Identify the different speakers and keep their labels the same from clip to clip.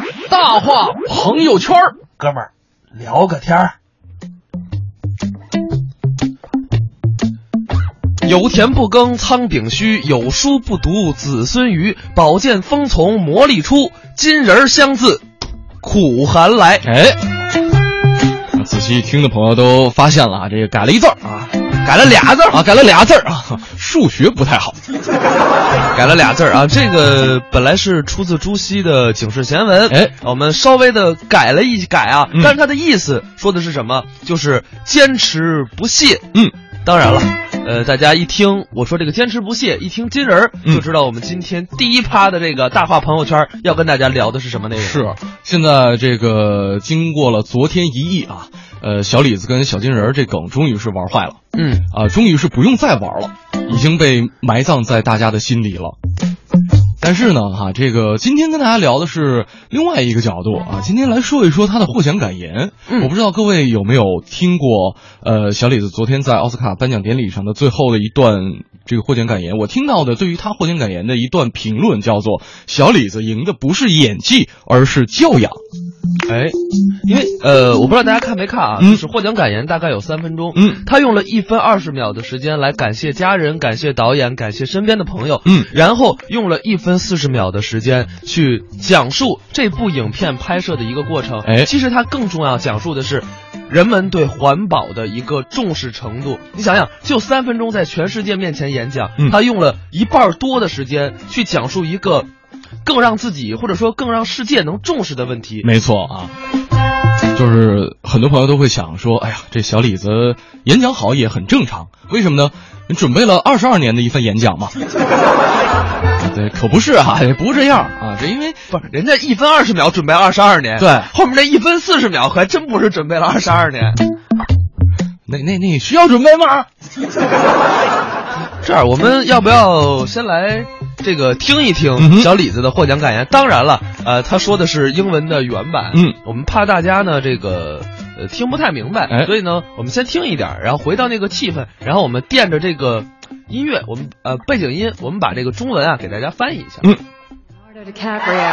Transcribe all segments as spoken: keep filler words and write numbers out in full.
Speaker 1: 大话朋友圈，哥们儿聊个天儿。油田不耕仓顶虚，有书不读子孙愚。宝剑锋从磨砺出，金人相自苦寒来。
Speaker 2: 哎，仔细听的朋友都发现了啊，这个改了一字儿啊，改了俩字儿啊，改了俩字儿啊，数学不太好，
Speaker 1: 改了俩字儿啊。这个本来是出自朱熹的《警世闲文》，哎，我们稍微的改了一改啊，嗯、但是它的意思说的是什么？就是坚持不懈。嗯，当然了。呃，大家一听我说这个坚持不懈，一听金人就知道我们今天第一趴的这个大话朋友圈要跟大家聊的是什么内容。
Speaker 2: 是，现在这个经过了昨天一役啊，呃，小李子跟小金人这梗终于是玩坏了，嗯啊、呃，终于是不用再玩了，已经被埋葬在大家的心里了。但是呢，哈，这个今天跟大家聊的是另外一个角度啊，今天来说一说他的获奖感言。嗯，我不知道各位有没有听过，呃，小李子昨天在奥斯卡颁奖典礼上的最后的一段这个获奖感言。我听到的对于他获奖感言的一段评论叫做：小李子赢的不是演技，而是教养。
Speaker 1: 哎，因为呃，我不知道大家看没看啊，嗯、就是获奖感言大概有三分钟，嗯，他用了一分二十秒的时间来感谢家人、感谢导演、感谢身边的朋友，嗯，然后用了一分四十秒的时间去讲述这部影片拍摄的一个过程。哎，其实他更重要讲述的是人们对环保的一个重视程度。你想想，就三分钟在全世界面前演讲，嗯、他用了一半多的时间去讲述一个更让自己或者说更让世界能重视的问题。
Speaker 2: 没错啊，就是很多朋友都会想说，哎呀，这小李子演讲好也很正常，为什么呢？你准备了二十二年的一份演讲嘛。对，可不是啊，也不这样啊，这因为
Speaker 1: 不是人家一分二十秒准备二十二年，
Speaker 2: 对，
Speaker 1: 后面那一分四十秒还真不是准备了二十二年。
Speaker 2: 那那那需要准备吗？
Speaker 1: 这样，我们要不要先来这个听一听小李子的获奖感言？嗯、当然了，呃，他说的是英文的原版，嗯，我们怕大家呢这个呃听不太明白，哎、所以呢，我们先听一点，然后回到那个气氛，然后我们垫着这个音乐，我们呃背景音，我们把这个中文啊给大家翻译一下。嗯。
Speaker 3: Leonardo DiCaprio.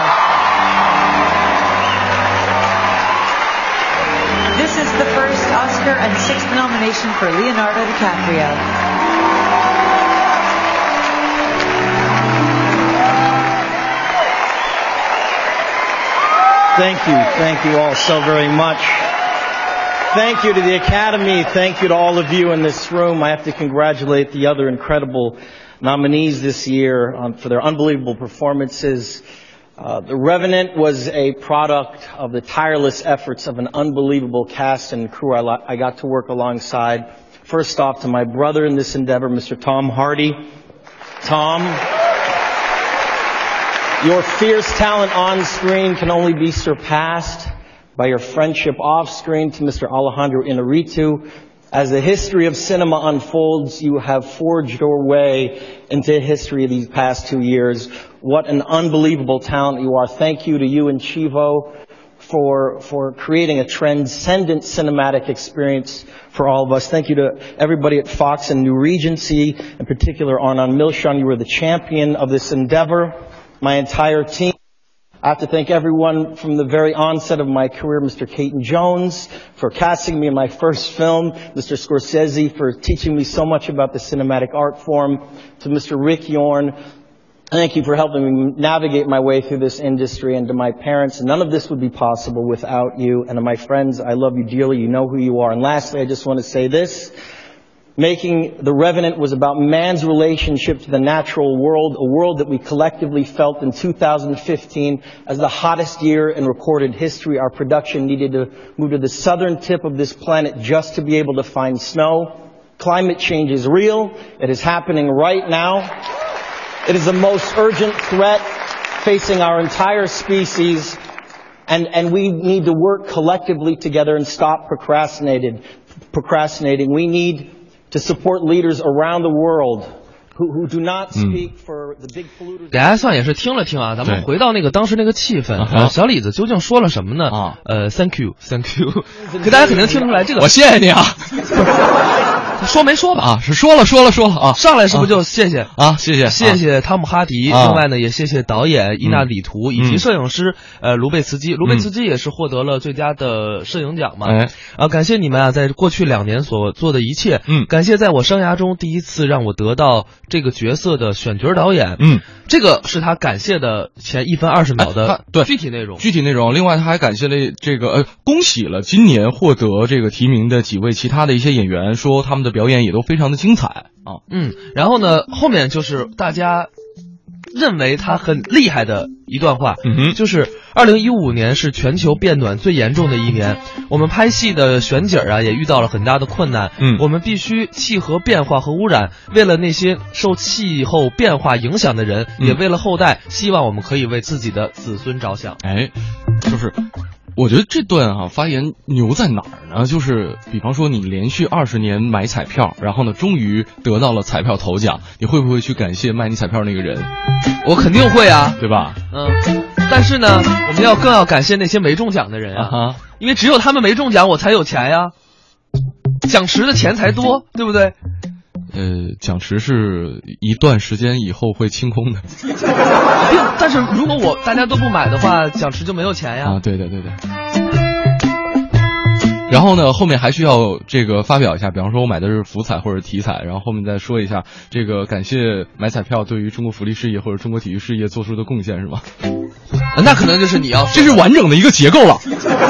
Speaker 3: This is the first Oscar and sixth nomination for Leonardo DiCaprio.
Speaker 4: Thank you. Thank you all so very much. Thank you to the Academy. Thank you to all of you in this room. I have to congratulate the other incredible nominees this year um, for their unbelievable performances. Uh, The Revenant was a product of the tireless efforts of an unbelievable cast and crew I, lo- I got to work alongside. First off, to my brother in this endeavor, Mister Tom Hardy. Tom, your fierce talent on screen can only be surpassed by your friendship off screen. To Mister Alejandro Inarritu. As the history of cinema unfolds, you have forged your way into history these past two years. What an unbelievable talent you are. Thank you to you and Chivo for, for creating a transcendent cinematic experience for all of us. Thank you to everybody at Fox and New Regency, in particular Arnon Milchan. You were the champion of this endeavor. My entire team. I have to thank everyone from the very onset of my career, Mister Caton Jones, for casting me in my first film, Mister Scorsese, for teaching me so much about the cinematic art form, to Mister Rick Yorn, thank you for helping me navigate my way through this industry, and to my parents. None of this would be possible without you, and to my friends, I love you dearly. You know who you are. And lastly, I just want to say this. Making The Revenant was about man's relationship to the natural world, a world that we collectively felt in two thousand fifteen as the hottest year in recorded history. Our production needed to move to the southern tip of this planet just to be able to find snow. Climate change is real. It is happening right now. It is the most urgent threat facing our entire species, and, and we need to work collectively together and stop procrastinated, procrastinating. We need to support leaders around the world who, who do not speak for the big polluters.
Speaker 1: 给大家算也是听了听啊，咱们回到那个当时那个气氛，啊、小李子究竟说了什么呢？啊，呃 ，Thank you, Thank you， 给大家肯定听出来这个，
Speaker 2: 我谢谢你啊。
Speaker 1: 说没说吧？
Speaker 2: 啊，是说了说了说了啊！
Speaker 1: 上来是不是就谢谢
Speaker 2: 啊？谢谢
Speaker 1: 谢谢汤姆哈迪，
Speaker 2: 啊、
Speaker 1: 另外呢也谢谢导演伊纳里图、嗯、以及摄影师呃卢贝茨基，卢贝茨基也是获得了最佳的摄影奖嘛。
Speaker 2: 哎、
Speaker 1: 啊，感谢你们啊，在过去两年所做的一切，
Speaker 2: 嗯，
Speaker 1: 感谢在我生涯中第一次让我得到这个角色的选角导演，
Speaker 2: 嗯，
Speaker 1: 这个是他感谢的前一分二十秒的
Speaker 2: 对
Speaker 1: 具体内容，
Speaker 2: 具体内容。另外他还感谢了这个呃，恭喜了今年获得这个提名的几位其他的一些演员，说他们的表演也都非常的精彩啊。
Speaker 1: 嗯，然后呢，后面就是大家认为他很厉害的一段话，
Speaker 2: 嗯哼，
Speaker 1: 就是二零一五年是全球变暖最严重的一年，我们拍戏的选景啊也遇到了很大的困难，
Speaker 2: 嗯，
Speaker 1: 我们必须气候变化和污染，为了那些受气候变化影响的人，
Speaker 2: 嗯、
Speaker 1: 也为了后代，希望我们可以为自己的子孙着想。
Speaker 2: 哎，就是我觉得这段啊发言牛在哪儿呢？就是比方说你连续二十年买彩票，然后呢终于得到了彩票头奖，你会不会去感谢卖你彩票那个人？
Speaker 1: 我肯定会啊，
Speaker 2: 对吧？
Speaker 1: 嗯，但是呢，我们要更要感谢那些没中奖的人啊，
Speaker 2: 啊
Speaker 1: 因为只有他们没中奖，我才有钱呀，奖池的钱才多，对不对？
Speaker 2: 呃，奖池是一段时间以后会清空的，
Speaker 1: 但是如果我大家都不买的话，奖池就没有钱呀。
Speaker 2: 啊，对对对对。然后呢，后面还需要这个发表一下，比方说我买的是福彩或者体彩，然后后面再说一下这个感谢买彩票对于中国福利事业或者中国体育事业做出的贡献，是吗？
Speaker 1: 那可能就是你要，
Speaker 2: 这是完整的一个结构了。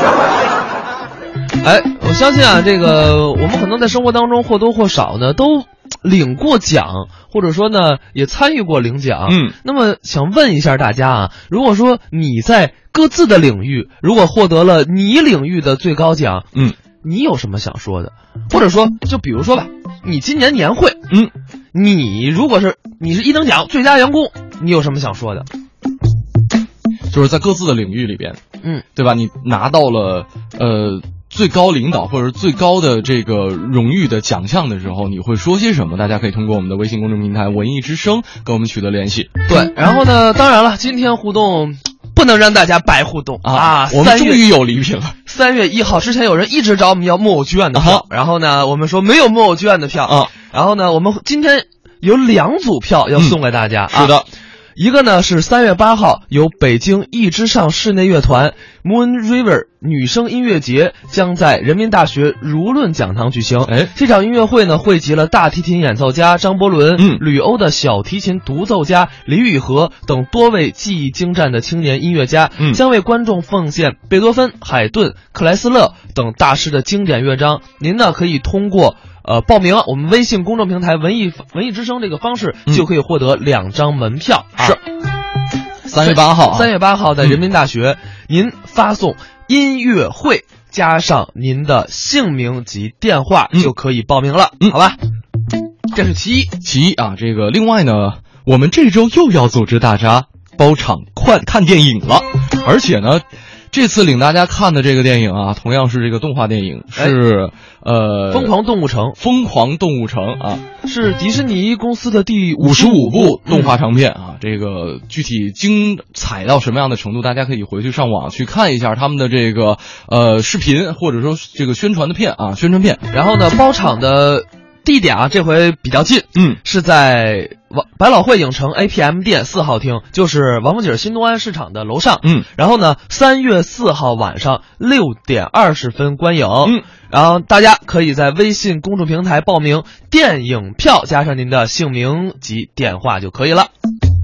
Speaker 1: 哎，我相信啊，这个我们可能在生活当中或多或少呢都领过奖，或者说呢也参与过领奖。
Speaker 2: 嗯，
Speaker 1: 那么想问一下大家啊，如果说你在各自的领域如果获得了你领域的最高奖，
Speaker 2: 嗯，
Speaker 1: 你有什么想说的？或者说就比如说吧，你今年年会，
Speaker 2: 嗯，
Speaker 1: 你如果是你是一等奖最佳员工，你有什么想说的？
Speaker 2: 就是在各自的领域里边，
Speaker 1: 嗯，
Speaker 2: 对吧？你拿到了呃最高领导或者最高的这个荣誉的奖项的时候，你会说些什么？大家可以通过我们的微信公众平台文艺之声跟我们取得联系。
Speaker 1: 对，然后呢，当然了，今天互动不能让大家白互动
Speaker 2: 啊！
Speaker 1: 啊
Speaker 2: 我们终于有礼品了。
Speaker 1: 三月一号之前有人一直找我们要木偶剧院的票，啊、然后呢，我们说没有木偶剧院的票
Speaker 2: 啊。
Speaker 1: 然后呢，我们今天有两组票要送给大家。
Speaker 2: 嗯、是的。
Speaker 1: 啊一个呢是三月八号由北京一之上室内乐团 Moon River 女声音乐节将在人民大学儒论讲堂举行。
Speaker 2: 哎，
Speaker 1: 这场音乐会呢汇集了大提琴演奏家张伯伦、
Speaker 2: 嗯、
Speaker 1: 吕欧的小提琴独奏家李宇和等多位技艺精湛的青年音乐家，
Speaker 2: 嗯、
Speaker 1: 将为观众奉献贝多芬、海顿、克莱斯勒等大师的经典乐章。您呢可以通过呃，报名我们微信公众平台文艺文艺之声这个方式，就可以获得两张门票。
Speaker 2: 嗯、是三月八号，
Speaker 1: 三月八号在人民大学，嗯、您发送音乐会加上您的姓名及电话，嗯、就可以报名了。
Speaker 2: 嗯，
Speaker 1: 好吧，这是其一。
Speaker 2: 其一啊，这个另外呢，我们这周又要组织大家包场看看电影了，而且呢。这次领大家看的这个电影啊，同样是这个动画电影，是、哎、呃，
Speaker 1: 疯狂动物城，
Speaker 2: 疯狂动物城啊，
Speaker 1: 是迪士尼公司的第
Speaker 2: 五十五部动画长片啊。嗯、这个具体精彩到什么样的程度，大家可以回去上网去看一下他们的这个呃视频，或者说这个宣传的片啊，宣传片。
Speaker 1: 然后呢，包场的地点啊，这回比较近，
Speaker 2: 嗯，
Speaker 1: 是在王百老汇影城 A P M 店四号厅，就是王府井新东安市场的楼上，
Speaker 2: 嗯，
Speaker 1: 然后呢，三月四号晚上六点二十分观影，
Speaker 2: 嗯，
Speaker 1: 然后大家可以在微信公众平台报名电影票，加上您的姓名及电话就可以了。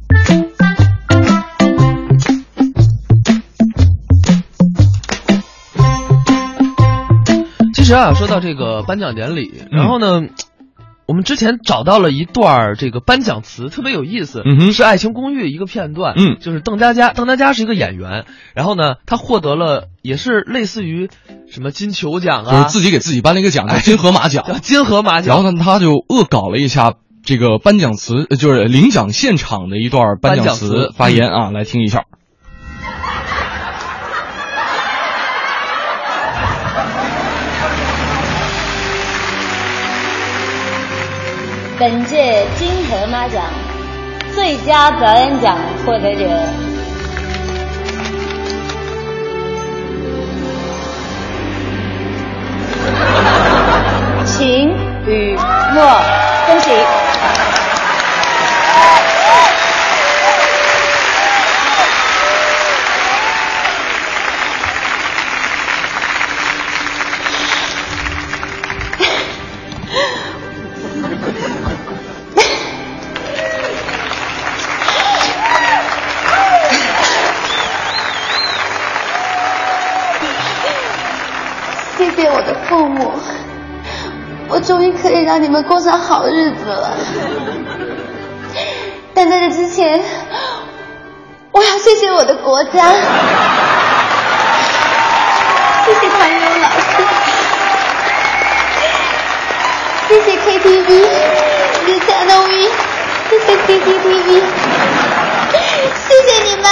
Speaker 1: 其实啊，说到这个颁奖典礼，然后呢，嗯、我们之前找到了一段这个颁奖词，特别有意思，
Speaker 2: 嗯哼，
Speaker 1: 是《爱情公寓》一个片段，
Speaker 2: 嗯，
Speaker 1: 就是邓家佳，邓家佳是一个演员，然后呢，他获得了也是类似于什么金球奖啊，
Speaker 2: 就是自己给自己颁了一个奖，叫金河马奖，
Speaker 1: 叫金河马奖，
Speaker 2: 然后呢，他就恶搞了一下这个颁奖词，就是领奖现场的一段颁奖词发言啊，来听一下。
Speaker 5: 本届金河马奖最佳表演奖获得者秦宇。 谢谢我的父母，我终于可以让你们过上好日子了。但在这之前，我要谢谢我的国家，谢谢谭勇老师，谢谢 K T V， 谢谢 Channel V， 谢谢 C C T V， 谢谢你们。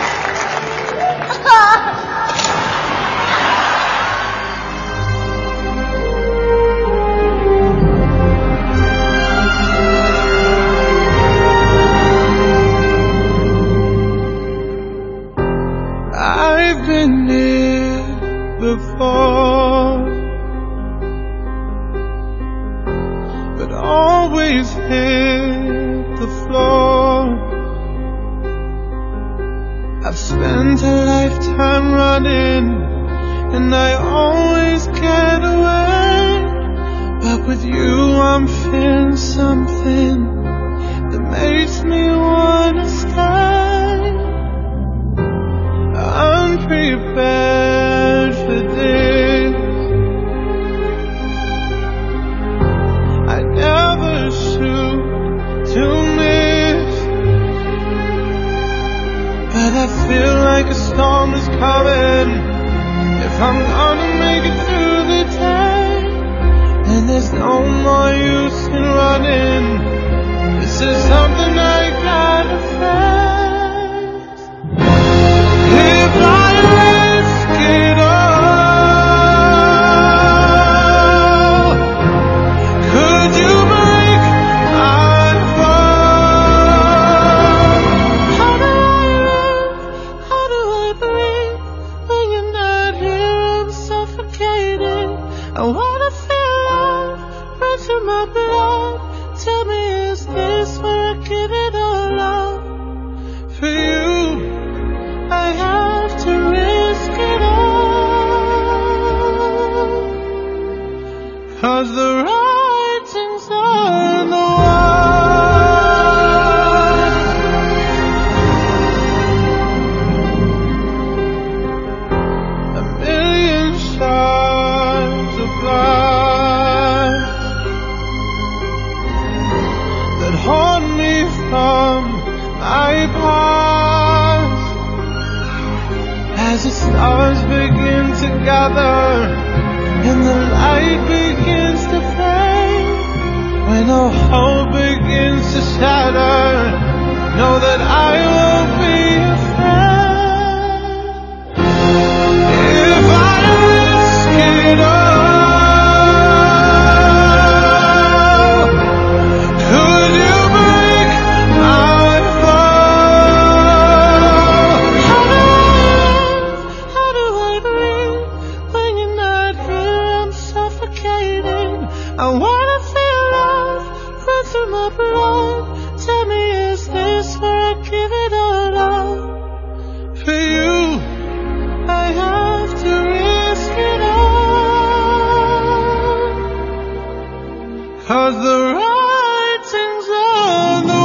Speaker 6: I've been here before, but always hit the floor. I've spent a lifetime running, and I always get away. But with you I'm feeling something that makes me wanna stay. I'm prepared for this. I never shoot to miss, but I feel like a storm is coming. If I'm gonna make it through the day, then there's no more use in running. This is something I gotta face. If I risk it all, could you break my fall? How do I live? How do I breathe? When you're not here, I'm suffocating. I wanna feel love run through my blood. Tell me, is this where I give it all up? For you, I have to risk it all, 'cause the writing's on the wall. A million shards of glass that haunt me from my past. As the stars begin to gather and the light begins to fade, when all hope begins to shatter, know that I won't be afraid. If I risk it all, could you break my fall? How do I live? How do I breathe? When you're not here, I'm suffocating. I wanna feel love run through my blood. Tell me, is this where I give it all up? For you, I have to risk it all, 'cause the writing's on the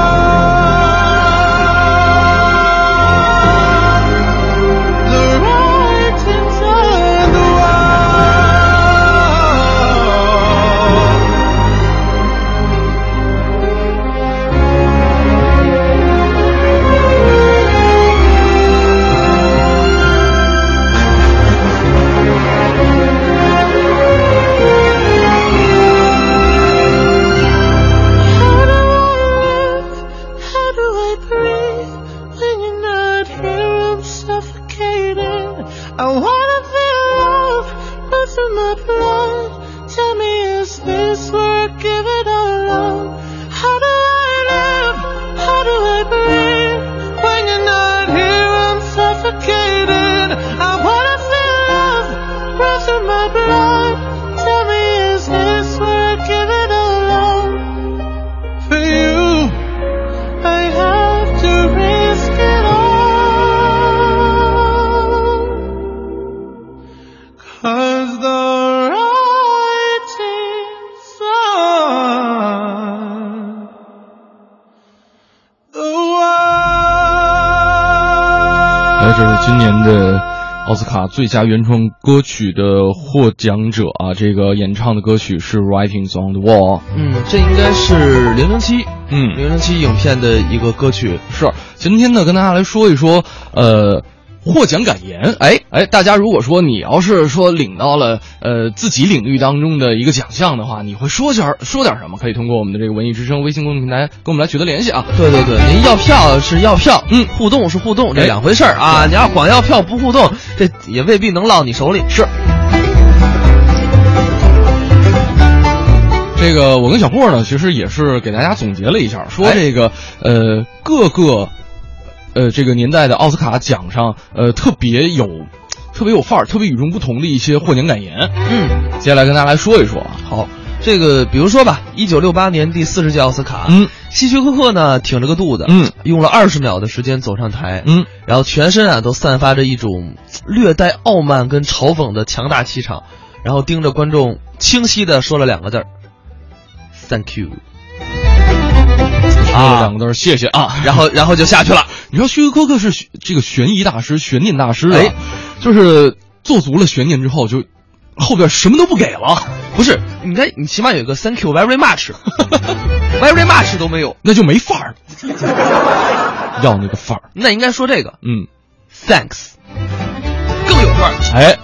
Speaker 6: wall. The writing's on the How do I live? How do I breathe? When you're not here, I'm suffocating. I wanna feel love run through my blood. Tell me, is this where I give it all up? How do I live? How do I breathe? When you're not here, I'm suffocating. I wanna feel love run through my blood. Tell me, is this where I give it all up? For you, I have to risk it all, 'cause the writing's on the wall.
Speaker 2: 来，这是今年的奥斯卡最佳原创歌曲的获奖者啊，这个演唱的歌曲是 Writings on the Wall。
Speaker 1: 嗯，这应该是零零七，
Speaker 2: 嗯，
Speaker 1: 零零七影片的一个歌曲。
Speaker 2: 是，今天呢，跟大家来说一说，呃。获奖感言，哎哎，大家如果说你要是说领到了呃自己领域当中的一个奖项的话，你会说点说点什么？可以通过我们的这个文艺之声微信公众平台跟我们来取得联系啊。
Speaker 1: 对对对，您要票是要票，嗯，互动是互动，这两回事儿啊。你要光要票不互动，这也未必能落你手里。
Speaker 2: 是。这个我跟小霍呢，其实也是给大家总结了一下，说这个、哎、呃各个。呃，这个年代的奥斯卡奖上，呃，特别有，特别有范儿，特别与众不同的一些获奖感言。
Speaker 1: 嗯，
Speaker 2: 接下来跟大家来说一说啊。
Speaker 1: 好，这个比如说吧，一九六八年第四十届奥斯卡，嗯，希区柯克呢挺着个肚子，嗯，用了二十秒的时间走上台，嗯，然后全身啊都散发着一种略带傲慢跟嘲讽的强大气场，然后盯着观众清晰的说了两个字儿 ，Thank you。
Speaker 2: 说了两个字，谢谢啊，
Speaker 1: 然后然后就下去了。
Speaker 2: 你说希区柯克是这个悬疑大师、悬念大师啊，哎，就是做足了悬念之后，就后边什么都不给了。
Speaker 1: 不是，应该你起码有一个 Thank you very much，very much 都没有，
Speaker 2: 那就没范儿。要那个范儿，
Speaker 1: 那应该说这个，
Speaker 2: 嗯
Speaker 1: ，Thanks， 更有范儿。
Speaker 2: 哎，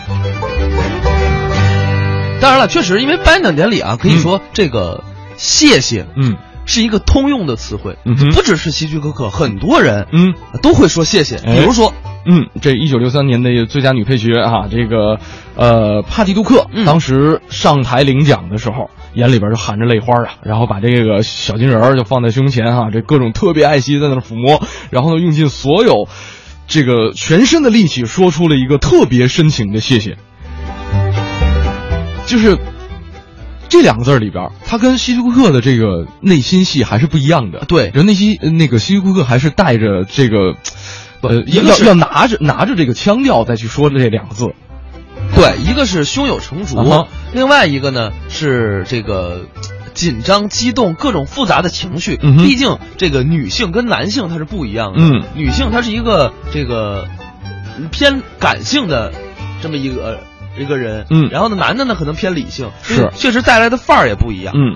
Speaker 1: 当然了，确实因为颁奖典礼啊，可以说这个谢谢，嗯。是一个通用的词汇，嗯，不只是希区柯克，很多人嗯都会说谢谢。比如说，
Speaker 2: 嗯，这一九六三年的最佳女配角啊，这个呃帕蒂杜克、嗯、当时上台领奖的时候，眼里边就含着泪花啊，然后把这个小金人就放在胸前啊，这各种特别爱惜在那抚摸，然后呢用尽所有这个全身的力气说出了一个特别深情的谢谢，就是。这两个字里边，他跟希区柯克的这个内心戏还是不一样的。
Speaker 1: 对，
Speaker 2: 人内心那个希区柯克还是带着这个，呃，要要拿着拿着这个腔调再去说的这两个字。
Speaker 1: 对，一个是胸有成竹，啊、另外一个呢是这个紧张、激动、各种复杂的情绪。嗯、毕竟这个女性跟男性它是不一样的。嗯，女性她是一个这个偏感性的这么一个。一个人，嗯，然后呢，男的呢可能偏理性，
Speaker 2: 是
Speaker 1: 确实带来的范儿也不一样，
Speaker 2: 嗯。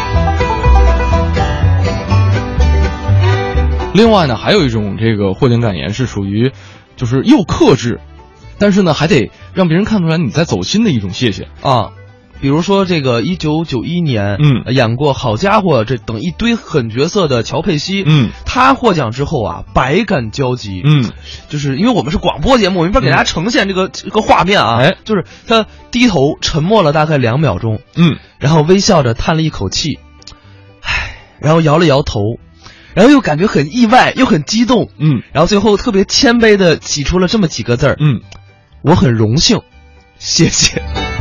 Speaker 2: 另外呢，还有一种这个获奖感言是属于，就是又克制，但是呢还得让别人看出来你在走心的一种谢谢
Speaker 1: 啊。比如说这个一九九一年，嗯，演过《好家伙》这等一堆狠角色的乔佩西，嗯，他获奖之后啊，百感交集，嗯，就是因为我们是广播节目，我们没法给大家呈现这个、嗯、这个画面啊，哎，就是他低头沉默了大概两秒钟，嗯，然后微笑着叹了一口气，唉，然后摇了摇头，然后又感觉很意外，又很激动，嗯，然后最后特别谦卑的挤出了这么几个字儿，嗯，我很荣幸，谢谢。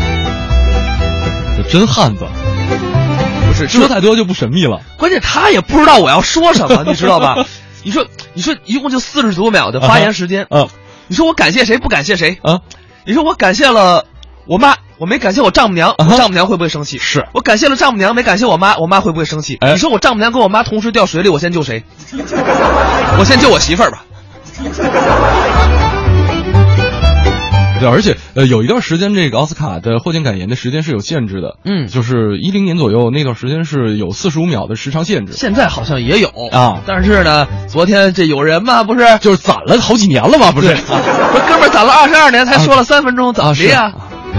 Speaker 2: 真汉子，不是说太多就不神秘了。
Speaker 1: 关键他也不知道我要说什么，你知道吧？你说，你说一共就四十多秒的发言时间，嗯、uh-huh. ，你说我感谢谁不感谢谁啊？ Uh-huh. 你说我感谢了我妈，我没感谢我丈母娘， uh-huh. 我丈母娘会不会生气？
Speaker 2: 是
Speaker 1: 我感谢了丈母娘，没感谢我妈，我妈会不会生气？哎、你说我丈母娘跟我妈同时掉水里，我先救谁？我先救我媳妇儿吧。
Speaker 2: 对，而且呃，有一段时间这个奥斯卡的获奖感言的时间是有限制的，嗯，就是一零年左右那段时间是有四十五秒的时长限制。
Speaker 1: 现在好像也有
Speaker 2: 啊，
Speaker 1: 但是呢，昨天这有人嘛，不是
Speaker 2: 就是攒了好几年了嘛，不是？
Speaker 1: 不是哥们儿攒了二十二年才说了三分钟，怎么的呀？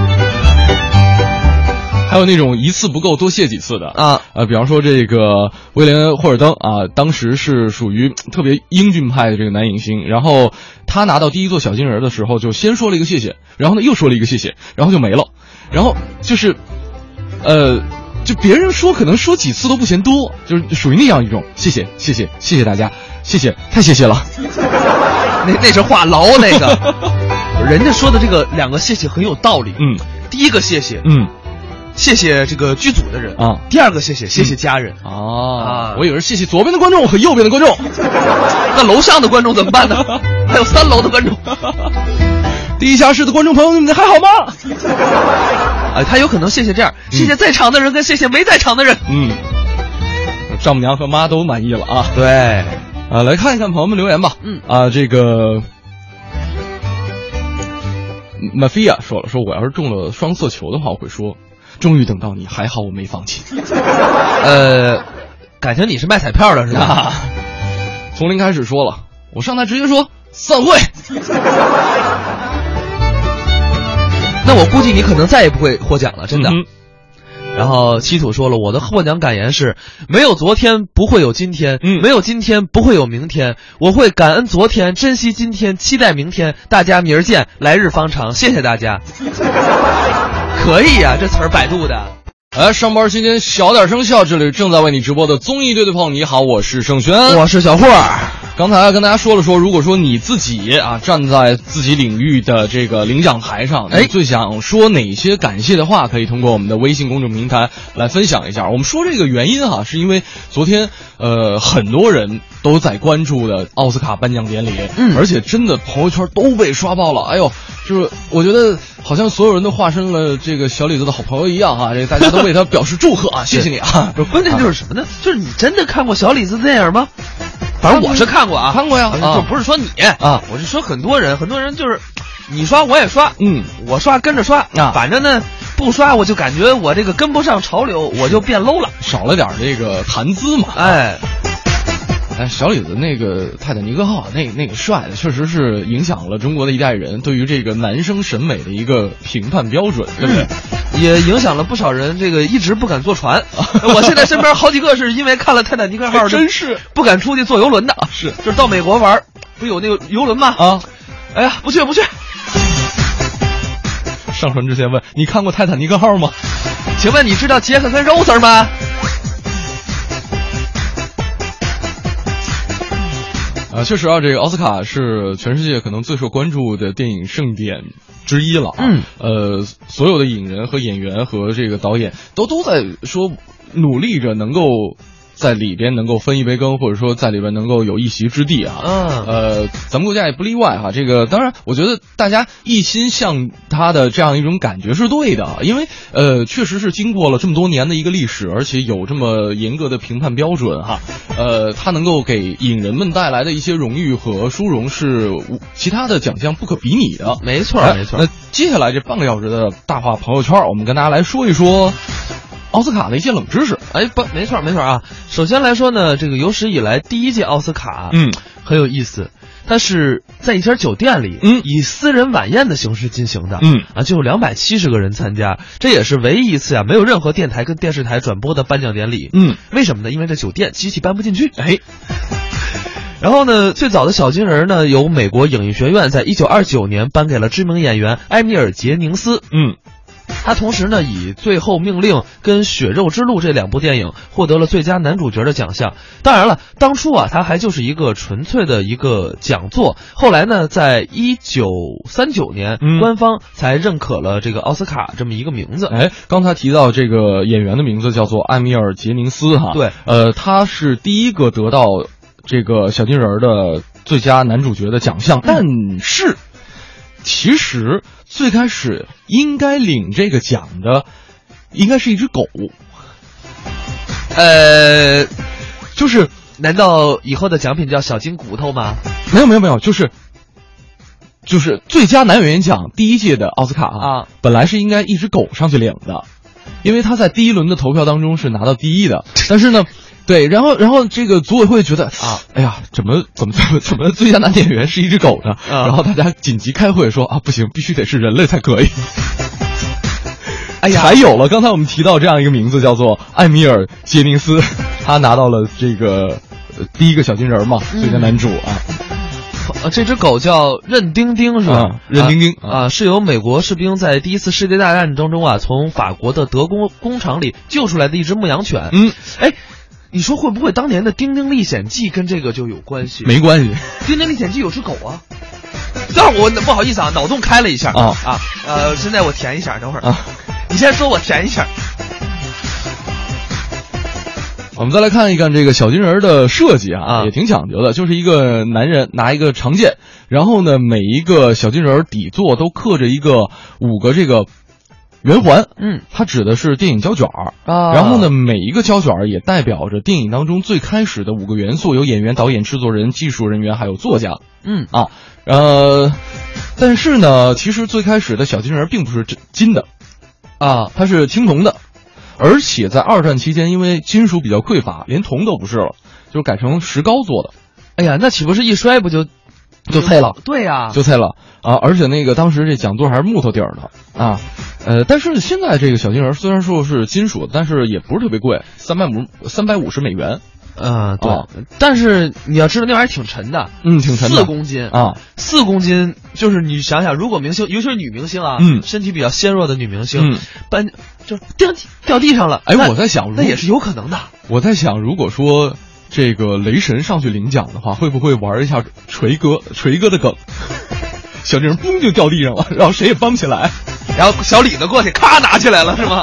Speaker 2: 还有那种一次不够多谢几次的啊，呃，比方说这个威廉霍尔登啊，当时是属于特别英俊派的这个男影星，然后他拿到第一座小金人的时候，就先说了一个谢谢，然后呢又说了一个谢谢，然后就没了，然后就是，呃，就别人说可能说几次都不嫌多，就是属于那样一种谢谢谢谢谢谢大家，谢谢太谢谢了，
Speaker 1: 那那是话痨那个，人家说的这个两个谢谢很有道理，嗯，第一个谢谢，嗯。谢谢这个剧组的人啊，第二个谢谢谢谢家人、
Speaker 2: 嗯、哦啊，我以为是谢谢左边的观众和右边的观众，
Speaker 1: 那楼上的观众怎么办呢？还有三楼的观众，
Speaker 2: 地下室的观众朋友，你们还好吗？
Speaker 1: 啊，他有可能谢谢这样，谢谢在场的人跟谢谢没在场的人。
Speaker 2: 嗯，丈母娘和妈都满意了啊。
Speaker 1: 对，
Speaker 2: 啊，来看一看朋友们留言吧。嗯啊，这个 Mafia 说了，说我要是中了双色球的话，我会说，终于等到你，还好我没放弃。
Speaker 1: 呃，感情你是卖彩票的是吧？啊、
Speaker 2: 从零开始说了，我上台直接说散会。
Speaker 1: 那我估计你可能再也不会获奖了，真的。嗯、然后七土说了，我的获奖感言是：没有昨天不会有今天，嗯，没有今天不会有明天。我会感恩昨天，珍惜今天，期待明天。大家明儿见，来日方长。谢谢大家。可以呀、啊，这词儿百度的。
Speaker 2: 哎，上班期间小点声笑，这里正在为你直播的综艺对对碰。你好，我是盛轩，
Speaker 1: 我是小霍。
Speaker 2: 刚才跟大家说了说，如果说你自己啊站在自己领域的这个领奖台上，哎，最想说哪些感谢的话，可以通过我们的微信公众平台来分享一下。我们说这个原因哈，是因为昨天呃很多人都在关注的奥斯卡颁奖典礼，嗯，而且真的朋友圈都被刷爆了。哎呦，就是我觉得好像所有人都化身了这个小李子的好朋友一样哈，这个大家都为他表示祝贺啊，谢谢你啊。
Speaker 1: 不是，关键就是什么呢？就是你真的看过小李子电影吗？反正我是看过啊，
Speaker 2: 看过呀，
Speaker 1: 啊、就不是说你啊，我是说很多人，很多人就是你刷我也刷，嗯，我刷跟着刷啊，反正呢不刷我就感觉我这个跟不上潮流，我就变 low 了，
Speaker 2: 少了点这个谈资嘛，
Speaker 1: 哎。
Speaker 2: 哎，小李子那个泰坦尼克号那那个帅的，确实是影响了中国的一代人对于这个男生审美的一个评判标准，对不对？
Speaker 1: 嗯、也影响了不少人，这个一直不敢坐船。我现在身边好几个是因为看了泰坦尼克号，
Speaker 2: 真是
Speaker 1: 不敢出去坐游轮的。
Speaker 2: 是，
Speaker 1: 就是到美国玩，不有那个游轮吗？啊，哎呀，不去不去。
Speaker 2: 上船之前问你看过泰坦尼克号吗？
Speaker 1: 请问你知道杰克跟 Rose 吗？
Speaker 2: 啊，确实啊，这个奥斯卡是全世界可能最受关注的电影盛典之一了啊。嗯，呃，所有的影人和演员和这个导演都都在说努力着能够在里边能够分一杯羹，或者说在里边能够有一席之地啊。嗯，呃，咱们国家也不例外哈。这个当然，我觉得大家一心向他的这样一种感觉是对的，因为呃，确实是经过了这么多年的一个历史，而且有这么严格的评判标准哈。呃，他能够给影人们带来的一些荣誉和殊荣是其他的奖项不可比拟的。
Speaker 1: 没错，没错。
Speaker 2: 那接下来这半个小时的大话朋友圈，我们跟大家来说一说奥斯卡的一些冷知识。
Speaker 1: 哎，不，没错没错啊。首先来说呢，这个有史以来第一届奥斯卡，嗯，很有意思。它是在一家酒店里，嗯，以私人晚宴的形式进行的，嗯啊，就有两百七十个人参加，这也是唯一一次啊，没有任何电台跟电视台转播的颁奖典礼，嗯，为什么呢？因为这酒店机器搬不进去，哎。然后呢，最早的小金人呢，由美国影艺学院在一九二九年颁给了知名演员埃米尔·杰宁斯，嗯。他同时呢，以《最后命令》跟《血肉之路》这两部电影获得了最佳男主角的奖项。当然了，当初啊，他还就是一个纯粹的一个讲座。后来呢，在一九三九年，嗯、官方才认可了这个奥斯卡这么一个名字。
Speaker 2: 哎，刚才提到这个演员的名字叫做埃米尔·杰宁斯哈。
Speaker 1: 对，
Speaker 2: 呃，他是第一个得到这个小金人的最佳男主角的奖项，但是其实最开始应该领这个奖的应该是一只狗。
Speaker 1: 呃，就是难道以后的奖品叫小金骨头吗？
Speaker 2: 没有没有没有，就是就是最佳男演员奖第一届的奥斯卡啊，本来是应该一只狗上去领的，因为他在第一轮的投票当中是拿到第一的，但是呢对，然后然后这个组委会觉得啊，哎呀，怎么怎么怎么怎么最佳男演员是一只狗呢？啊、然后大家紧急开会说啊，不行，必须得是人类才可以。哎呀，才有了刚才我们提到这样一个名字，叫做埃米尔·杰宁斯，他拿到了这个、呃、第一个小金人嘛，最佳男主啊。
Speaker 1: 呃，这只狗叫任丁丁是吧？
Speaker 2: 嗯、任丁丁
Speaker 1: 啊, 啊，是由美国士兵在第一次世界大战当中啊，从法国的德工工厂里救出来的一只牧羊犬。嗯，哎。你说会不会当年的《丁丁历险记》跟这个就有关系？
Speaker 2: 没关系，
Speaker 1: 《丁丁历险记》有只狗啊。等会儿我不好意思啊，脑洞开了一下啊啊呃，现在我填一下，等会儿啊，你先说，我填一下。
Speaker 2: 我们再来看一看这个小金人的设计啊，啊也挺讲究的，就是一个男人拿一个长剑，然后呢，每一个小金人底座都刻着一个五个这个圆环，
Speaker 1: 嗯，
Speaker 2: 它指的是电影胶卷儿
Speaker 1: 啊。
Speaker 2: 然后呢，每一个胶卷儿也代表着电影当中最开始的五个元素，有演员、导演、制作人、技术人员，还有作家。
Speaker 1: 嗯
Speaker 2: 啊，呃，但是呢，其实最开始的小金人并不是真金的，啊，它是青铜的，而且在二战期间，因为金属比较匮乏，连铜都不是了，就改成石膏做的。
Speaker 1: 哎呀，那岂不是一摔不就？
Speaker 2: 就碎了，
Speaker 1: 对呀、啊，
Speaker 2: 就碎了啊！而且那个当时这讲座还是木头底儿的啊，呃，但是现在这个小金人虽然说是金属的，但是也不是特别贵，三百五三百五十美元。
Speaker 1: 嗯、呃，对、
Speaker 2: 啊，
Speaker 1: 但是你要知道那玩意儿挺沉的，
Speaker 2: 嗯，挺沉的，
Speaker 1: 四公斤
Speaker 2: 啊，
Speaker 1: 四公斤，就是你想想，如果明星，尤其是女明星啊，
Speaker 2: 嗯，
Speaker 1: 身体比较纤弱的女明星，
Speaker 2: 嗯，
Speaker 1: 搬就掉掉地上了，
Speaker 2: 哎，我在想，
Speaker 1: 那也是有可能的。
Speaker 2: 我在想，如果说。这个雷神上去领奖的话，会不会玩一下锤哥锤哥的梗？小金人嘣就掉地上了，然后谁也搬不起来，
Speaker 1: 然后小李子过去咔拿起来了，是吗？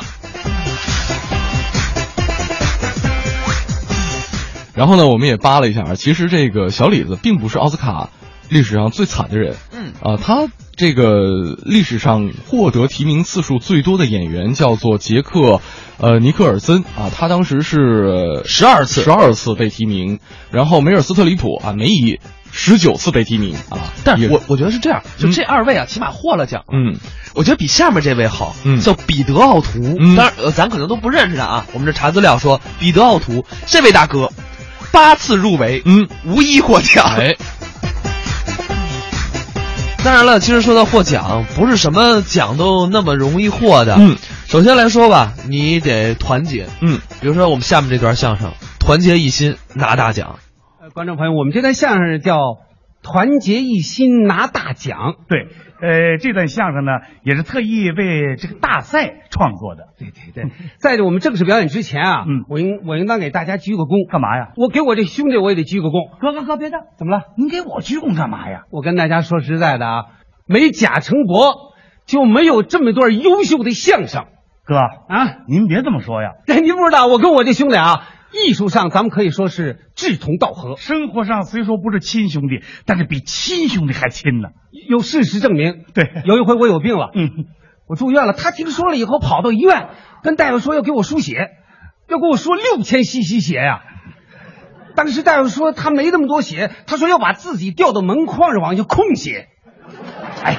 Speaker 2: 然后呢，我们也扒了一下，其实这个小李子并不是奥斯卡历史上最惨的人，
Speaker 1: 嗯
Speaker 2: 啊，他这个历史上获得提名次数最多的演员叫做杰克。呃，尼克尔森啊，他当时是
Speaker 1: 十二次，
Speaker 2: 十二次被提名，然后梅尔斯特里普啊，梅姨十九次被提名啊。
Speaker 1: 但是我我觉得是这样，就这二位啊，嗯、起码获了奖。
Speaker 2: 嗯，
Speaker 1: 我觉得比下面这位好，
Speaker 2: 嗯，
Speaker 1: 叫彼得奥图。
Speaker 2: 嗯，
Speaker 1: 当然，呃，咱可能都不认识他啊。我们这查资料说，彼得奥图这位大哥八次入围，
Speaker 2: 嗯，
Speaker 1: 无一获奖。
Speaker 2: 哎。
Speaker 1: 当然了，其实说到获奖，不是什么奖都那么容易获的。
Speaker 2: 嗯，
Speaker 1: 首先来说吧，你得团结。
Speaker 2: 嗯，
Speaker 1: 比如说我们下面这段相声，团结一心拿大奖。
Speaker 7: 呃，观众朋友，我们这段相声叫团结一心拿大奖。
Speaker 8: 对，呃，这段相声呢也是特意为这个大赛创作的。
Speaker 7: 对对对，在我们正式表演之前啊，
Speaker 8: 嗯，
Speaker 7: 我应我应当给大家鞠个躬。
Speaker 8: 干嘛呀？
Speaker 7: 我给我这兄弟我也得鞠个躬。
Speaker 8: 哥哥哥，别这，
Speaker 7: 怎么了？
Speaker 8: 您给我鞠躬干嘛呀？
Speaker 7: 我跟大家说实在的啊，没贾成博就没有这么段优秀的相声。
Speaker 8: 哥
Speaker 7: 啊，
Speaker 8: 您别这么说呀。
Speaker 7: 您不知道，我跟我这兄弟啊，艺术上咱们可以说是志同道合，
Speaker 8: 生活上虽说不是亲兄弟，但是比亲兄弟还亲呢。
Speaker 7: 有事实证明。
Speaker 8: 对，
Speaker 7: 有一回我有病了，
Speaker 8: 嗯，
Speaker 7: 我住院了，他听说了以后跑到医院跟大夫说要给我输血，要给我输六千西西血呀。当时大夫说他没那么多血，他说要把自己吊到门框上往下空血。哎，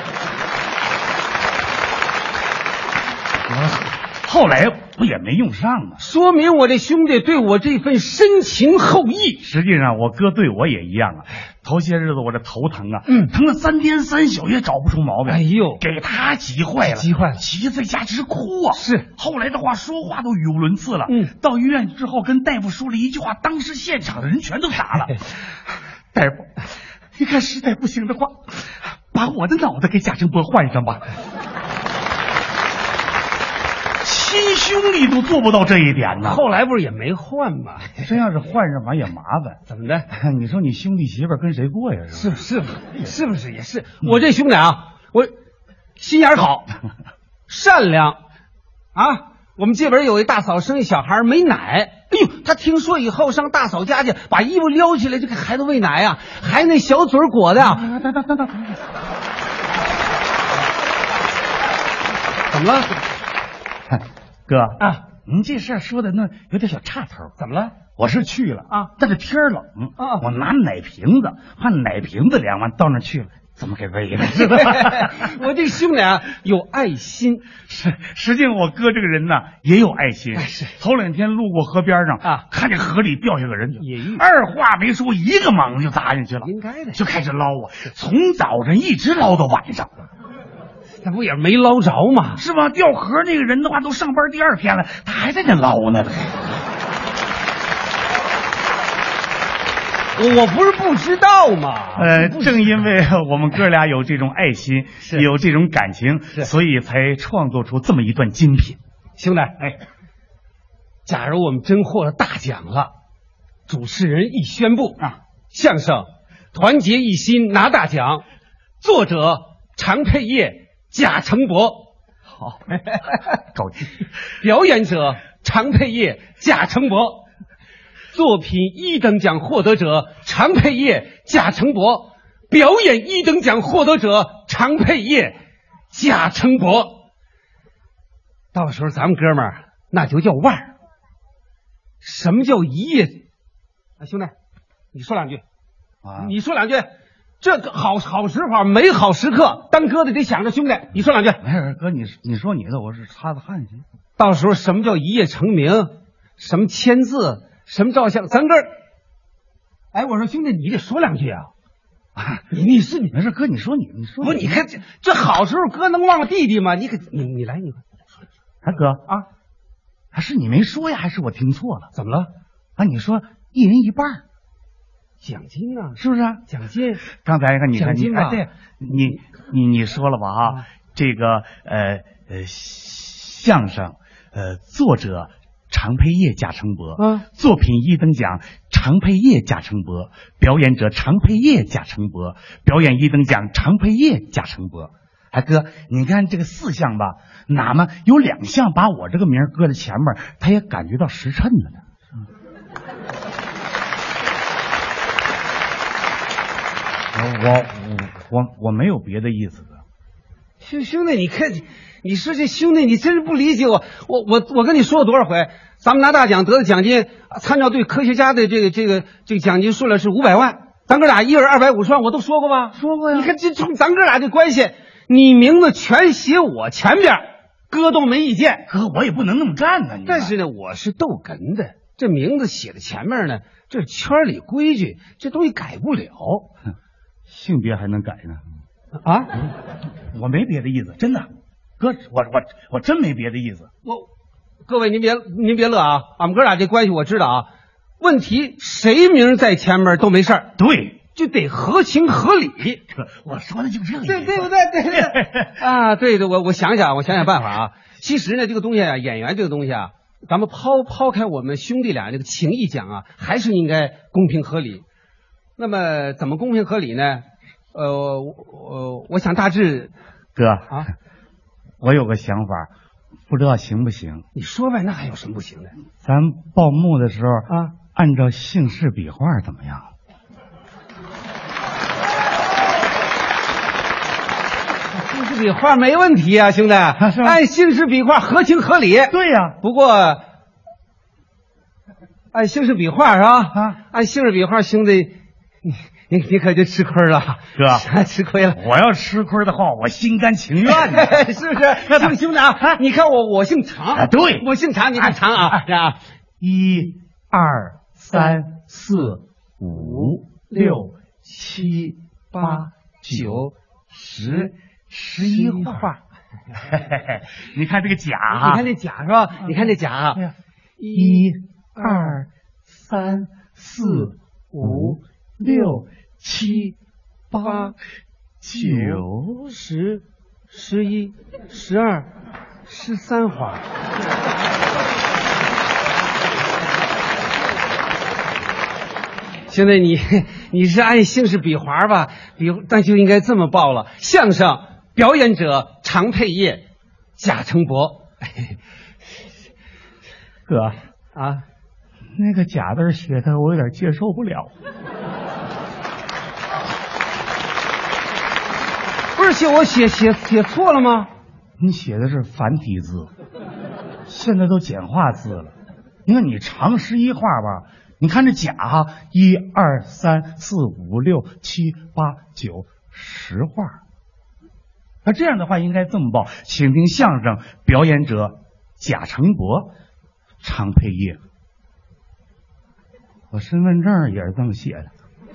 Speaker 8: 后来不也没用上啊？
Speaker 7: 说明我这兄弟对我这份深情厚谊。
Speaker 8: 实际上我哥对我也一样啊。头些日子我这头疼啊，
Speaker 7: 嗯，
Speaker 8: 疼了三天三宿也找不出毛病。
Speaker 7: 哎呦，
Speaker 8: 给他急坏了，
Speaker 7: 急坏了，
Speaker 8: 急在家直哭啊。
Speaker 7: 是，
Speaker 8: 后来的话说话都语无伦次了。
Speaker 7: 嗯，
Speaker 8: 到医院之后跟大夫说了一句话，当时现场的人全都傻了。大夫，你看实在不行的话，把我的脑袋给贾成博换上吧。亲兄弟都做不到这一点呢。
Speaker 7: 后来不是也没换吗？
Speaker 8: 这要是换上完也麻烦。
Speaker 7: 怎么的？
Speaker 8: 你说你兄弟媳妇跟谁过呀？
Speaker 7: 是是是不是也是？我这兄弟啊，我心眼好，善良啊。我们这边有一大嫂生一小孩没奶，哎呦，他听说以后上大嫂家去，把衣服撩起来就给孩子喂奶啊，还那小嘴裹的呀。
Speaker 8: 等等等等，
Speaker 7: 怎么了？
Speaker 8: 哥
Speaker 7: 啊，
Speaker 8: 您这事儿说的那有点小岔头。
Speaker 7: 怎么了？
Speaker 8: 我是去了
Speaker 7: 啊，
Speaker 8: 但是天冷
Speaker 7: 啊，
Speaker 8: 我拿奶瓶子，怕奶瓶子凉完，到那儿去了，怎么给喂了似的？
Speaker 7: 我这兄弟啊，有爱心。
Speaker 8: 是，实际上我哥这个人呢也有爱心。
Speaker 7: 是，
Speaker 8: 头两天路过河边上
Speaker 7: 啊，
Speaker 8: 看见河里掉下个人，
Speaker 7: 野鱼，
Speaker 8: 二话没说，一个猛子就砸进去了。
Speaker 7: 应该的，
Speaker 8: 就开始捞啊，从早晨一直捞到晚上。
Speaker 7: 那不也没捞着吗？
Speaker 8: 是吧？掉河那个人的话，都上班第二天了，他还在那捞呢。
Speaker 7: 我不是不知道吗？
Speaker 8: 呃，正因为我们哥俩有这种爱心，有这种感情，所以才创作出这么一段精品。
Speaker 7: 兄弟，哎，假如我们真获了大奖了，主持人一宣布啊，相声团结一心拿大奖，作者常佩业。贾成博，
Speaker 8: 好，高兴。
Speaker 7: 表演者常佩业、贾成博，作品一等奖获得者常佩业、贾成博，表演一等奖获得者常佩业、贾成博。 到时候咱们哥们儿那就叫腕儿。什么叫一夜？啊，兄弟，你说两句啊！你说两句，这个好好时候、美好时刻，当哥的得想着兄弟。你说两句。
Speaker 8: 没事，哥，你你说你的，我是擦擦汗去。
Speaker 7: 到时候什么叫一夜成名？什么签字？什么照相？咱哥，哎，我说兄弟，你得说两句啊！啊，你你是你
Speaker 8: 没事，哥，你说你你说
Speaker 7: 不？你看这这好时候，哥能忘了弟弟吗？你可你你来，你
Speaker 8: 啊，哥啊，还是你没说呀？还是我听错了？
Speaker 7: 怎么了？
Speaker 8: 啊，你说一人一半
Speaker 7: 奖金啊，
Speaker 8: 是不是啊？
Speaker 7: 奖金，
Speaker 8: 刚才看你看你
Speaker 7: 啊，
Speaker 8: 对，你你你说了吧啊？啊这个呃呃相声呃作者常佩业贾成博，
Speaker 7: 嗯，
Speaker 8: 作品一等奖常佩业贾成博，表演者常佩业贾成博，表演一等奖常佩业贾成博。哎哥，你看这个四项吧，哪么有两项把我这个名搁在前面，他也感觉到实诚了呢。我我我我没有别的意思的，
Speaker 7: 兄兄弟，你看，你说这兄弟，你真是不理解我。我我我跟你说过多少回，咱们拿大奖得的奖金，参照对科学家的这个这个这个奖金数量是五百万，咱哥俩一人二百五十万，我都说过吧？
Speaker 8: 说过呀。
Speaker 7: 你看这从咱哥俩这关系，你名字全写我前边，哥都没意见。
Speaker 8: 哥，我也不能那么干呢。
Speaker 7: 但是呢，我是逗哏的，这名字写在前面呢，这是圈里规矩，这东西改不了。
Speaker 8: 性别还能改呢？
Speaker 7: 啊，
Speaker 8: 我没别的意思，真的，哥，我我我真没别的意思。
Speaker 7: 我，各位您别您别乐啊，俺们哥俩这关系我知道啊。问题谁名在前面都没事儿，
Speaker 8: 对，
Speaker 7: 就得合情合理。
Speaker 8: 哥，我说的就这个，
Speaker 7: 对对不对？对对啊，对对，我我想想，我想想办法啊。其实呢，这个东西啊，演员这个东西啊，咱们抛抛开我们兄弟俩这个情谊讲啊，还是应该公平合理。那么怎么公平合理呢？呃，我我想大致，
Speaker 8: 哥
Speaker 7: 啊，
Speaker 8: 我有个想法，不知道行不行？
Speaker 7: 你说呗，那还有什么不行的？
Speaker 8: 咱报幕的时候
Speaker 7: 啊，
Speaker 8: 按照姓氏笔画怎么样？
Speaker 7: 姓氏笔画没问题啊，兄弟，啊、是按姓氏笔画合情合理。
Speaker 8: 对呀、啊，
Speaker 7: 不过按姓氏笔画是吧？
Speaker 8: 啊，
Speaker 7: 按姓氏笔画，兄弟。你你你可就吃亏了，
Speaker 8: 哥，
Speaker 7: 吃亏了。
Speaker 8: 我要吃亏的话，我心甘情愿的，
Speaker 7: 是不是？兄兄弟啊，你看我我姓常，
Speaker 8: 啊、对，
Speaker 7: 我姓常，你看常啊，啊，
Speaker 8: 一、二、三、四、五、六、七、八、九、十、十一画。你看这个甲，
Speaker 7: 你看这甲是吧？你看这甲，
Speaker 8: 一、二、三、四、五。六七八九
Speaker 7: 十十一十二十三花。兄弟，你你是按姓氏笔划吧？笔那就应该这么报了。相声表演者常佩业贾成博。
Speaker 8: 哥
Speaker 7: 啊，
Speaker 8: 那个甲字写的我有点接受不了。
Speaker 7: 不是写我写写写错了吗？
Speaker 8: 你写的是繁体字，现在都简化字了。你看你长十一画吧，你看这甲哈，一二三四五六七八九十画。那这样的话应该这么报，请听相声表演者贾成博，常佩业。我身份证也是这么写的。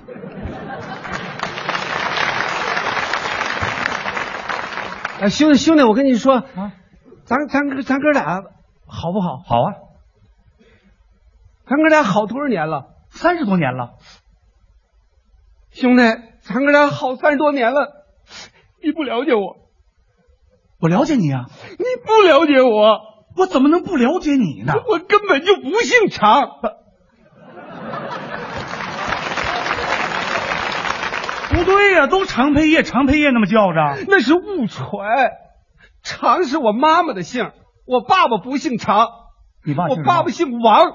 Speaker 7: 哎，兄弟兄弟，我跟你说啊，咱咱哥咱哥俩好不好？
Speaker 8: 好啊，
Speaker 7: 咱哥俩好多少年了？
Speaker 8: 三十多年了。
Speaker 7: 兄弟，咱哥俩好三十多年了，你不了解我，
Speaker 8: 我了解你啊。
Speaker 7: 你不了解我，
Speaker 8: 我怎么能不了解你呢？
Speaker 7: 我根本就不姓常。
Speaker 8: 不对呀、啊，都常佩业，常佩业那么叫着，
Speaker 7: 那是误传。常是我妈妈的姓，我爸爸不姓常。
Speaker 8: 你爸姓什么？
Speaker 7: 我爸爸姓王。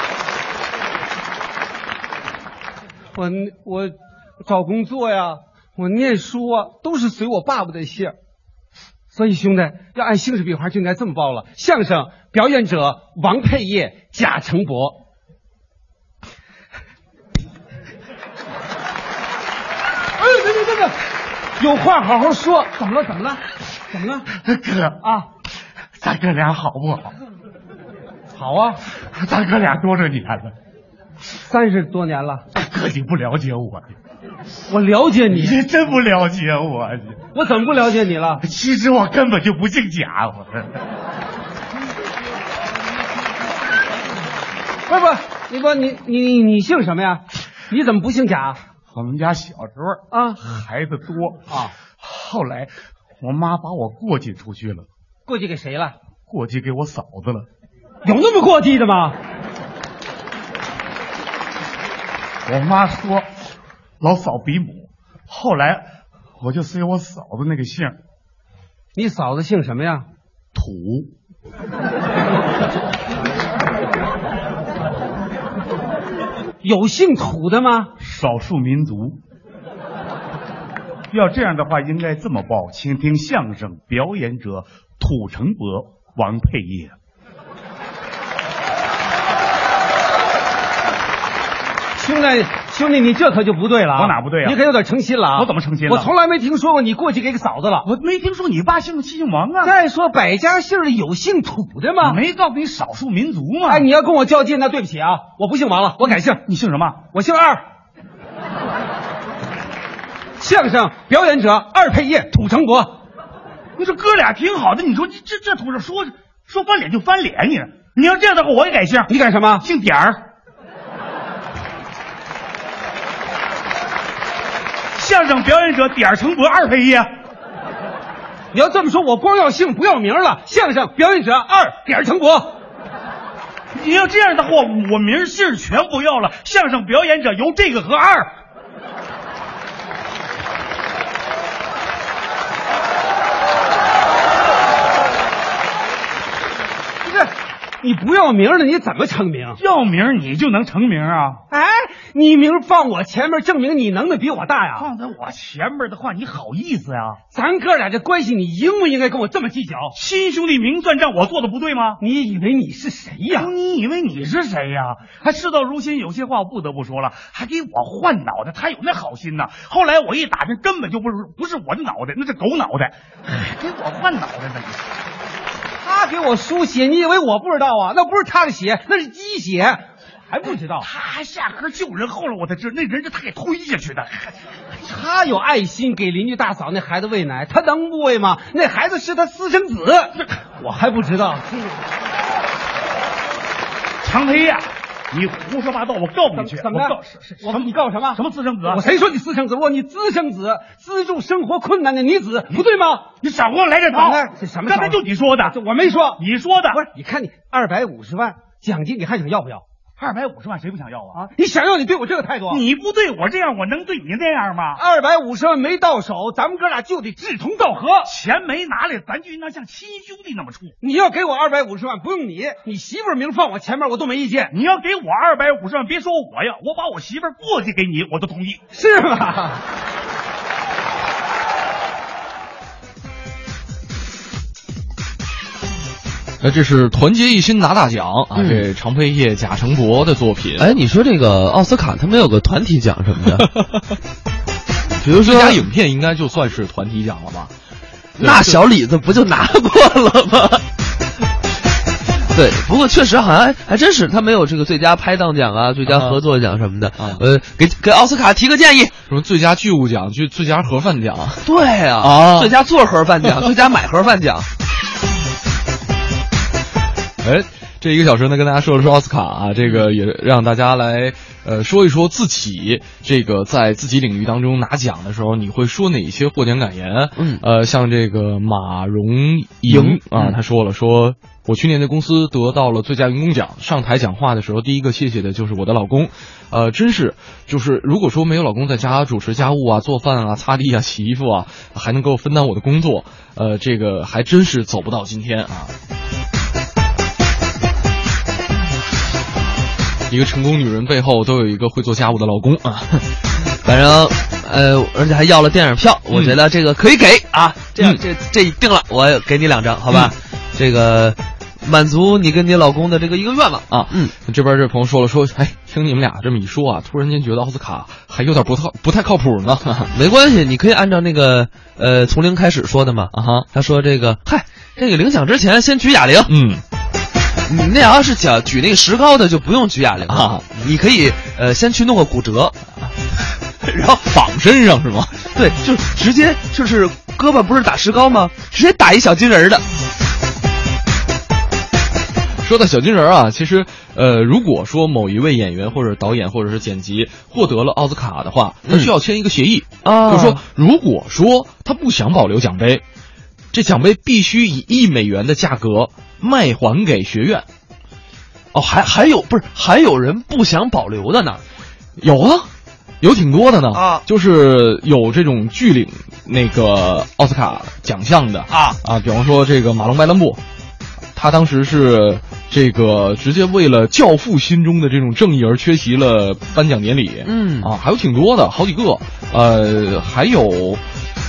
Speaker 7: 我我找工作呀， 我念书啊，都是随我爸爸的姓，所以兄弟要按姓氏笔画就应该这么报了。相声表演者王佩业，贾成博。哎，别别别别，有话好好说。怎么了？怎么了？怎么了？
Speaker 8: 哥啊，咱哥俩好不好？
Speaker 7: 好啊，
Speaker 8: 咱哥俩多少年了？
Speaker 7: 三十多年了。
Speaker 8: 哥，你不了解我，
Speaker 7: 我了解你，
Speaker 8: 你真不了解我。
Speaker 7: 我怎么不了解你了？
Speaker 8: 其实我根本就不姓贾，我。
Speaker 7: 不不，你不你你你姓什么呀？你怎么不姓贾？
Speaker 8: 我们家小时候啊，孩子多啊，后来我妈把我过继出去了。
Speaker 7: 过继给谁了？
Speaker 8: 过继给我嫂子了。
Speaker 7: 有那么过继的吗？
Speaker 8: 我妈说老嫂比母，后来我就随我嫂子那个姓。
Speaker 7: 你嫂子姓什么呀？
Speaker 8: 土。
Speaker 7: 有姓土的吗？
Speaker 8: 少数民族。要这样的话，应该这么报，请听相声表演者土城伯王佩业。
Speaker 7: 兄弟，兄弟，你这可就不对了啊！
Speaker 8: 我哪不对啊？
Speaker 7: 你可有点诚心了啊！
Speaker 8: 我怎么诚心了？
Speaker 7: 我从来没听说过你过继给个嫂子了。
Speaker 8: 我没听说你爸姓姓王啊。
Speaker 7: 再说百家姓里有姓土的吗？
Speaker 8: 没告诉你少数民族吗？
Speaker 7: 哎，你要跟我较劲，那对不起啊，我不姓王了，我改姓。
Speaker 8: 你姓什么？
Speaker 7: 我姓二。相声表演者二佩业，土城伯。
Speaker 8: 你说哥俩挺好的，你说这这土上说说翻脸就翻脸，你你要这样的话，我也改姓。
Speaker 7: 你改什么？
Speaker 8: 姓点儿。相声表演者点儿成伯二佩业。
Speaker 7: 你要这么说，我光要姓不要名了。相声表演者二点儿成伯。
Speaker 8: 你要这样的话，我名姓全不要了。相声表演者由这个和二。
Speaker 7: 你不要名了，你怎么成名？
Speaker 8: 要名你就能成名啊！
Speaker 7: 哎，你名放我前面，证明你能耐比我大呀！
Speaker 8: 放在我前面的话，你好意思呀？
Speaker 7: 咱哥俩这关系，你应不应该跟我这么计较？
Speaker 8: 亲兄弟明算账，我做的不对吗？
Speaker 7: 你以为你是谁呀？
Speaker 8: 你以为你是谁呀？还事到如今，有些话我不得不说了，还给我换脑袋，他有那好心呐！后来我一打听，根本就不是不是我的脑袋，那是狗脑袋，给我换脑袋呢！
Speaker 7: 他给我输血，你以为我不知道啊？那不是他的血，那是鸡血，还不知道？
Speaker 8: 他还下河救人，后来我才知道，那人是他给推下去的。
Speaker 7: 他有爱心，给邻居大嫂那孩子喂奶，他能不喂吗？那孩子是他私生子，我还不知道。
Speaker 8: 常培呀，你胡说八道，我告你去！
Speaker 7: 怎么了？我告你告什么？
Speaker 8: 什么私生子？
Speaker 7: 我谁说你私生子？我你私生子，资助生活困难的女子，不对吗？
Speaker 8: 你少给我来这套！
Speaker 7: 这什么？
Speaker 8: 刚才就你说的，
Speaker 7: 我没说，
Speaker 8: 你说的。
Speaker 7: 不是，你看你二百五十万奖金，你还想要不要？
Speaker 8: 二百五十万谁不想要啊？
Speaker 7: 啊，你想要，你对我这个态度，
Speaker 8: 你不对我这样，我能对你那样吗？
Speaker 7: 二百五十万没到手，咱们哥俩就得志同道合。
Speaker 8: 钱没拿来，咱就应当像亲兄弟那么处。
Speaker 7: 你要给我二百五十万，不用你，你媳妇儿名放我前面，我都没意见。
Speaker 8: 你要给我二百五十万，别说我呀，我把我媳妇儿过继给你，我都同意，
Speaker 7: 是吧？
Speaker 2: 那这是团结一心拿大奖啊！嗯、这常佩业、贾成博的作品。
Speaker 1: 哎，你说这个奥斯卡他们有个团体奖什么的，比如说
Speaker 2: 最佳影片应该就算是团体奖了吧？
Speaker 1: 那小李子不就拿过了吗？对，不过确实好像还真是他没有这个最佳拍档奖啊、最佳合作奖什么的。啊、呃，给给奥斯卡提个建议，
Speaker 2: 什么最佳剧务奖、最最佳盒饭奖？
Speaker 1: 对啊，
Speaker 2: 啊，
Speaker 1: 最佳做盒饭奖、最佳买盒饭奖。
Speaker 2: 哎，这一个小时呢，跟大家说了说奥斯卡啊，这个也让大家来呃说一说自己这个在自己领域当中拿奖的时候，你会说哪些获奖感言？嗯，呃，像这个马荣莹啊，他说了说。我去年在公司得到了最佳员工奖，上台讲话的时候，第一个谢谢的就是我的老公，呃，真是，就是如果说没有老公在家主持家务啊、做饭啊、擦地啊、洗衣服啊，还能够分担我的工作，呃，这个还真是走不到今天啊。一个成功女人背后都有一个会做家务的老公啊。
Speaker 1: 反正呃，而且还要了电影票，我觉得这个可以给啊，这样这这定了，我给你两张，好吧？这个满足你跟你老公的这个一个愿望
Speaker 2: 啊。嗯，这边这朋友说了说，哎，听你们俩这么一说啊，突然间觉得奥斯卡还有点不太不太靠谱呢。
Speaker 1: 没关系，你可以按照那个呃从零开始说的嘛。啊哈，他说这个，嗨，这个领奖之前先举哑铃。
Speaker 2: 嗯。
Speaker 1: 你那要是举举那个石膏的就不用举哑铃啊，你可以呃先去弄个骨折，然后
Speaker 2: 绑身上是吗？
Speaker 1: 对，就直接就是胳膊不是打石膏吗？直接打一小金人的。
Speaker 2: 说到小金人啊，其实呃，如果说某一位演员或者导演或者是剪辑获得了奥斯卡的话，他需要签一个协议啊，嗯、就是说如果说他不想保留奖杯，这奖杯必须以一美元的价格卖还给学院。
Speaker 1: 哦，还还有不是还有人不想保留的呢？
Speaker 2: 有啊，有挺多的呢
Speaker 1: 啊，
Speaker 2: 就是有这种拒领那个奥斯卡奖项的
Speaker 1: 啊
Speaker 2: 啊，比方说这个马龙白兰度，他当时是这个直接为了教父心中的这种正义而缺席了颁奖典礼。
Speaker 1: 嗯
Speaker 2: 啊，还有挺多的，好几个，呃，还有。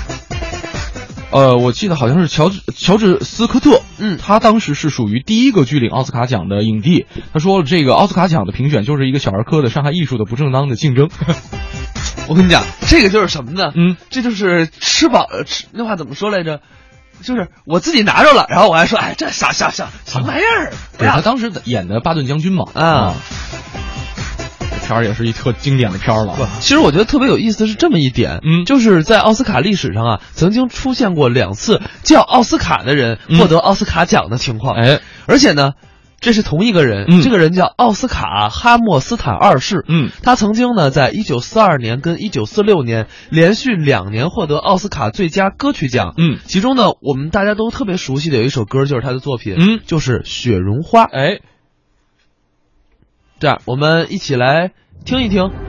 Speaker 2: 呃，我记得好像是乔治乔治斯科特，
Speaker 1: 嗯，
Speaker 2: 他当时是属于第一个拒领奥斯卡奖的影帝。他说，这个奥斯卡奖的评选就是一个小儿科的伤害艺术的不正当的竞争。
Speaker 1: 我跟你讲，这个就是什么呢？
Speaker 2: 嗯，
Speaker 1: 这就是吃饱吃那话怎么说来着？就是我自己拿着了，然后我还说，哎，这小小小什么玩意儿？
Speaker 2: 对，他当时演的巴顿将军嘛，
Speaker 1: 啊。
Speaker 2: 片儿也是一特经典的片儿了。
Speaker 1: 其实我觉得特别有意思是这么一点，
Speaker 2: 嗯，
Speaker 1: 就是在奥斯卡历史上啊，曾经出现过两次叫奥斯卡的人获得奥斯卡奖的情况。
Speaker 2: 哎、嗯，
Speaker 1: 而且呢，这是同一个人，
Speaker 2: 嗯、
Speaker 1: 这个人叫奥斯卡哈默斯坦二世。
Speaker 2: 嗯，
Speaker 1: 他曾经呢，在一九四二年跟一九四六年连续两年获得奥斯卡最佳歌曲奖。
Speaker 2: 嗯，
Speaker 1: 其中呢，我们大家都特别熟悉的有一首歌就是他的作品，
Speaker 2: 嗯，
Speaker 1: 就是《雪绒花》。
Speaker 2: 哎，
Speaker 1: 这样我们一起来听一听。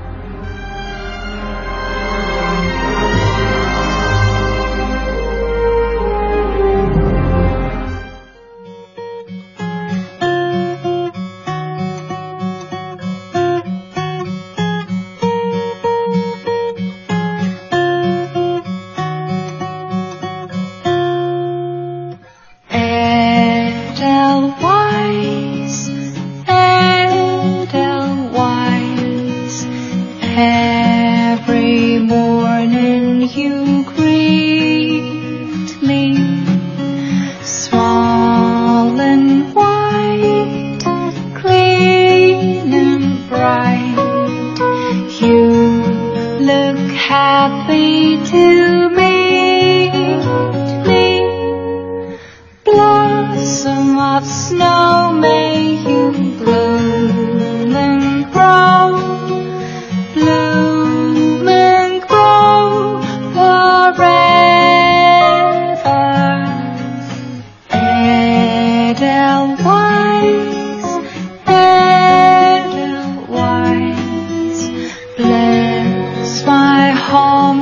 Speaker 6: Bless my home.